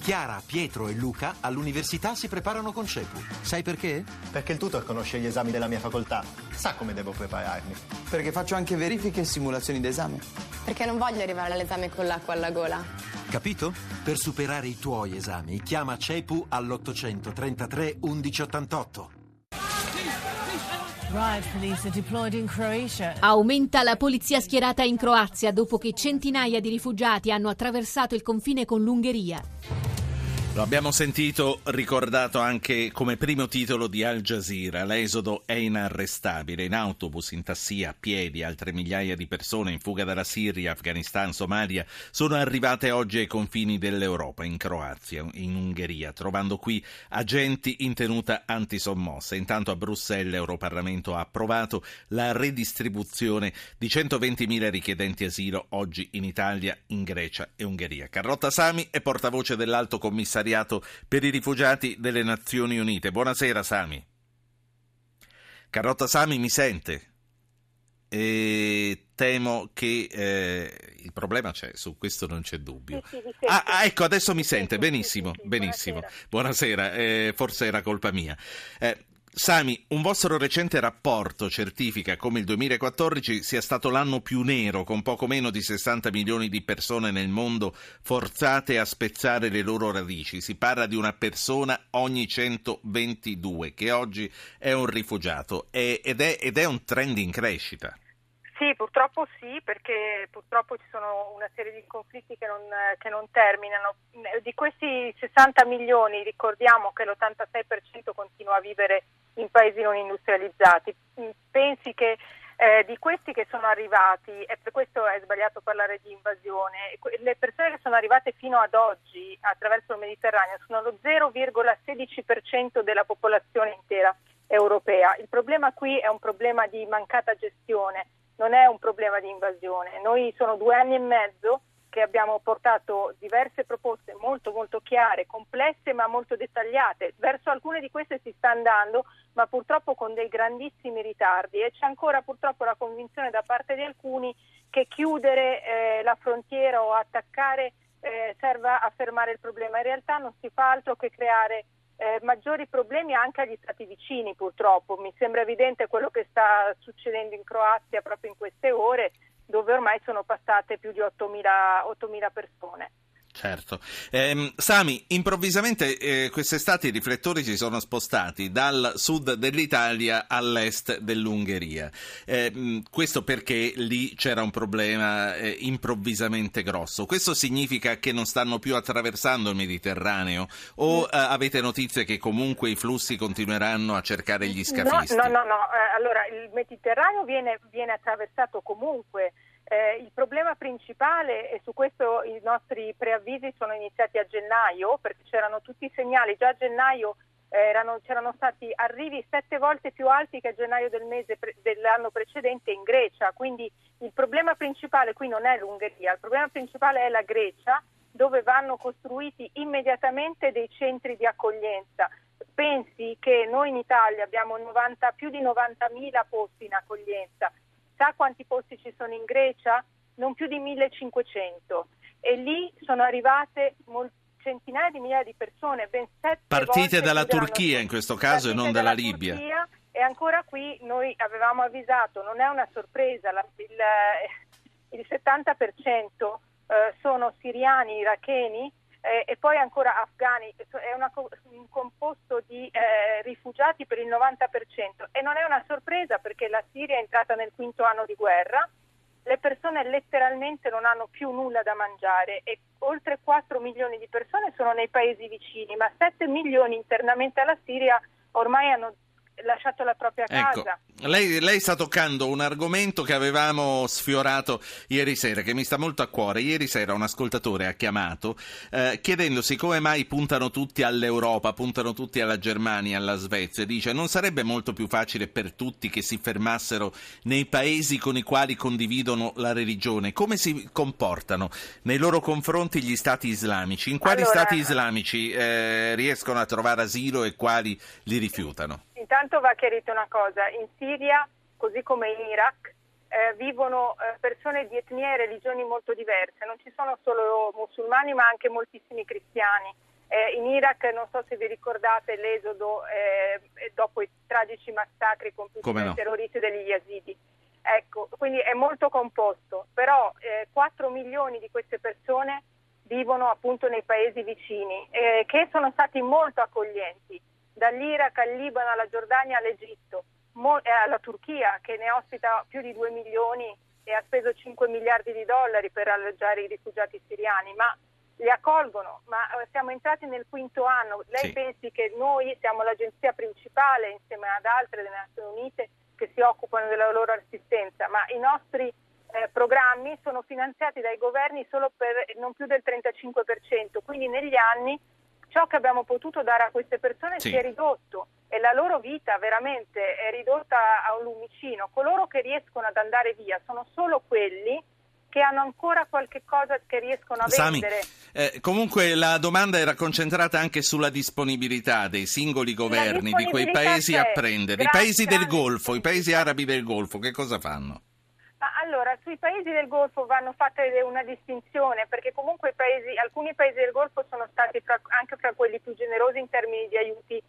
Chiara, Pietro e Luca all'università si preparano con CEPU. Sai perché? Perché il tutor conosce gli esami della mia facoltà. Sa come devo prepararmi. Perché faccio anche verifiche e simulazioni d'esame. Perché non voglio arrivare all'esame con l'acqua alla gola. Capito? Per superare i tuoi esami, chiama CEPU all'833 1188. Aumenta la polizia schierata in Croazia dopo che centinaia di rifugiati hanno attraversato il confine con l'Ungheria. Lo abbiamo sentito ricordato anche come primo titolo di Al Jazeera. L'esodo è inarrestabile. In autobus, in tassi, a piedi, altre migliaia di persone in fuga dalla Siria, Afghanistan, Somalia sono arrivate oggi ai confini dell'Europa, in Croazia, in Ungheria, trovando qui agenti in tenuta antisommossa. Intanto a Bruxelles l'Europarlamento ha approvato la redistribuzione di 120.000 richiedenti asilo oggi in Italia, in Grecia e Ungheria. Carlotta Sami è portavoce dell'Alto Commissariato per i rifugiati delle Nazioni Unite. Buonasera Sami. Carlotta Sami, mi sente? Temo che il problema c'è, su questo non c'è dubbio. Sì, ecco, adesso mi sente, benissimo, benissimo. Buonasera, forse era colpa mia. Sami, un vostro recente rapporto certifica come il 2014 sia stato l'anno più nero, con poco meno di 60 milioni di persone nel mondo forzate a spezzare le loro radici. Si parla di una persona ogni 122, che oggi è un rifugiato, ed è un trend in crescita. Sì, purtroppo sì, perché purtroppo ci sono una serie di conflitti che non terminano. Di questi 60 milioni ricordiamo che l'86% continua a vivere in paesi non industrializzati. Pensi che di questi che sono arrivati, e per questo è sbagliato parlare di invasione, le persone che sono arrivate fino ad oggi attraverso il Mediterraneo sono lo 0,16% della popolazione intera europea. Il problema qui è un problema di mancata gestione. Non è un problema di invasione. Noi sono 2 anni e mezzo che abbiamo portato diverse proposte molto molto chiare, complesse ma molto dettagliate. Verso alcune di queste si sta andando, ma purtroppo con dei grandissimi ritardi, e c'è ancora purtroppo la convinzione da parte di alcuni che chiudere la frontiera o attaccare serva a fermare il problema. In realtà non si fa altro che creare maggiori problemi anche agli stati vicini, purtroppo. Mi sembra evidente quello che sta succedendo in Croazia proprio in queste ore, dove ormai sono passate più di 8.000 persone. Certo. Sami, improvvisamente quest'estate i riflettori si sono spostati dal sud dell'Italia all'est dell'Ungheria. Questo perché lì c'era un problema improvvisamente grosso. Questo significa che non stanno più attraversando il Mediterraneo o avete notizie che comunque i flussi continueranno a cercare gli scafisti? No. Allora, il Mediterraneo viene attraversato comunque. Il problema principale, e su questo i nostri preavvisi sono iniziati a gennaio, perché c'erano tutti i segnali, già a gennaio c'erano stati arrivi 7 volte più alti che a gennaio dell'anno precedente in Grecia, quindi il problema principale qui non è l'Ungheria, il problema principale è la Grecia, dove vanno costruiti immediatamente dei centri di accoglienza. Pensi che noi in Italia abbiamo più di 90.000 posti in accoglienza. Sa quanti posti ci sono in Grecia? Non più di 1.500, e lì sono arrivate centinaia di migliaia di persone, ben 7 partite dalla Turchia in questo caso e non dalla Libia. Turchia, e ancora qui noi avevamo avvisato, non è una sorpresa, il 70% sono siriani, iracheni, e poi ancora afghani. È un composto di rifugiati per il 90%, e non è una sorpresa perché la Siria è entrata nel 5º anno di guerra, le persone letteralmente non hanno più nulla da mangiare, e oltre 4 milioni di persone sono nei paesi vicini, ma 7 milioni internamente alla Siria ormai hanno lasciato la propria casa. Ecco, lei sta toccando un argomento che avevamo sfiorato ieri sera, che mi sta molto a cuore. Ieri sera un ascoltatore ha chiamato chiedendosi come mai puntano tutti all'Europa, puntano tutti alla Germania, alla Svezia. Dice: non sarebbe molto più facile per tutti che si fermassero nei paesi con i quali condividono la religione? Come si comportano nei loro confronti gli stati islamici? In quali stati islamici riescono a trovare asilo e quali li rifiutano? Intanto va chiarita una cosa: in Siria, così come in Iraq, vivono persone di etnie e religioni molto diverse, non ci sono solo musulmani ma anche moltissimi cristiani. In Iraq, non so se vi ricordate l'esodo dopo i tragici massacri compiuti dai terroristi degli Yazidi. Ecco, quindi è molto composto, però 4 milioni di queste persone vivono appunto nei paesi vicini, che sono stati molto accoglienti, dall'Iraq al Libano, alla Giordania, all'Egitto, alla Turchia, che ne ospita più di 2 milioni e ha speso 5 miliardi di dollari per alloggiare i rifugiati siriani, ma li accolgono, ma siamo entrati nel 5º anno. Lei pensi che noi siamo l'agenzia principale, insieme ad altre delle Nazioni Unite, che si occupano della loro assistenza, ma i nostri programmi sono finanziati dai governi solo per non più del 35%, quindi negli anni ciò che abbiamo potuto dare a queste persone si è ridotto e la loro vita veramente è ridotta a un lumicino. Coloro che riescono ad andare via sono solo quelli che hanno ancora qualche cosa che riescono a vendere. Comunque la domanda era concentrata anche sulla disponibilità dei singoli governi di quei paesi a prendere. I paesi del Golfo, i paesi arabi del Golfo, che cosa fanno? Allora, sui paesi del Golfo vanno fatte una distinzione, perché comunque alcuni paesi del Golfo sono stati anche fra quelli più generosi in termini di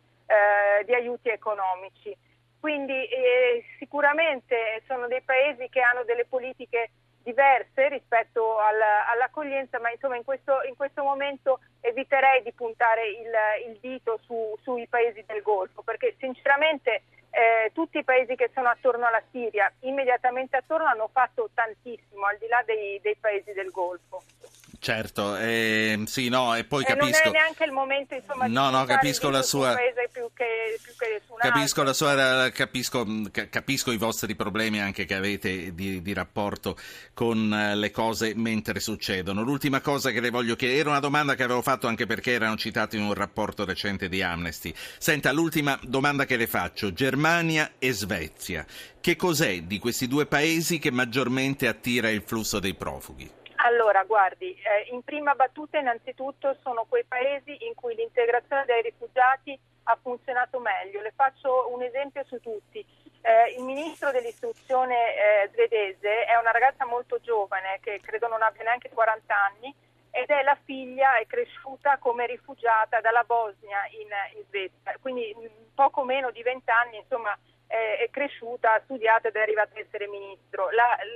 aiuti economici. Quindi sicuramente sono dei paesi che hanno delle politiche diverse rispetto all'accoglienza, ma insomma in questo momento eviterei di puntare il dito sui paesi del Golfo, perché sinceramente tutti i paesi che sono attorno alla Siria, immediatamente attorno, hanno fatto tantissimo, al di là dei paesi del Golfo. Certo, sì, no, e poi capisco. Non è neanche il momento, insomma, di capisco la sua. Un paese più che su un Capisco altro. la sua, capisco i vostri problemi anche che avete di rapporto con le cose mentre succedono. L'ultima cosa che le voglio chiedere, era una domanda che avevo fatto anche perché erano citati in un rapporto recente di Amnesty. Senta, l'ultima domanda che le faccio: Germania e Svezia, che cos'è di questi due paesi che maggiormente attira il flusso dei profughi? Allora, guardi, in prima battuta innanzitutto sono quei paesi in cui l'integrazione dei rifugiati ha funzionato meglio. Le faccio un esempio su tutti. Il ministro dell'istruzione svedese è una ragazza molto giovane, che credo non abbia neanche 40 anni, ed è la figlia, è cresciuta come rifugiata dalla Bosnia in Svezia, quindi poco meno di 20 anni, insomma, è cresciuta, ha studiato ed è arrivata ad essere ministro.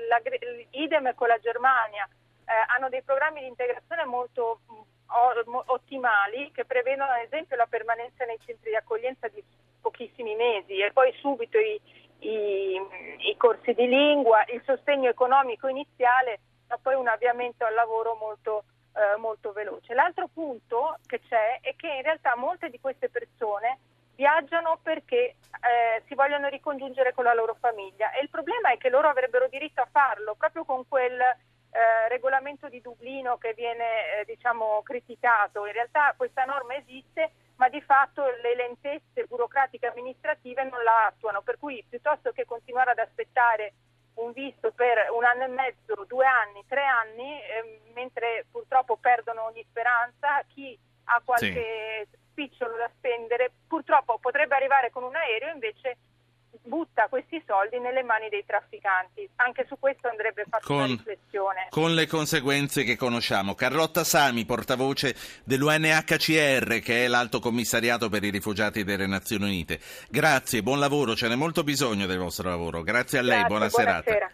Idem con la Germania. Hanno dei programmi di integrazione molto ottimali, che prevedono ad esempio la permanenza nei centri di accoglienza di pochissimi mesi e poi subito i corsi di lingua, il sostegno economico iniziale, ma poi un avviamento al lavoro molto veloce. L'altro punto che c'è è che in realtà molte di queste persone viaggiano perché si vogliono ricongiungere con la loro famiglia, e il problema è che loro avrebbero diritto a farlo proprio con quel regolamento di Dublino che viene criticato. In realtà questa norma esiste, ma di fatto le lentezze burocratiche amministrative non la attuano, per cui piuttosto che continuare ad aspettare un visto per 1 anno e mezzo, 2 anni, 3 anni, mentre purtroppo perdono ogni speranza, chi ha qualche spicciolo da spendere purtroppo potrebbe arrivare con un aereo, invece butta questi soldi nelle mani dei trafficanti. Anche su questo andrebbe fatta una riflessione. Con le conseguenze che conosciamo. Carlotta Sami, portavoce dell'UNHCR, che è l'Alto Commissariato per i rifugiati delle Nazioni Unite. Grazie, buon lavoro, ce n'è molto bisogno del vostro lavoro. Grazie a lei, buona serata.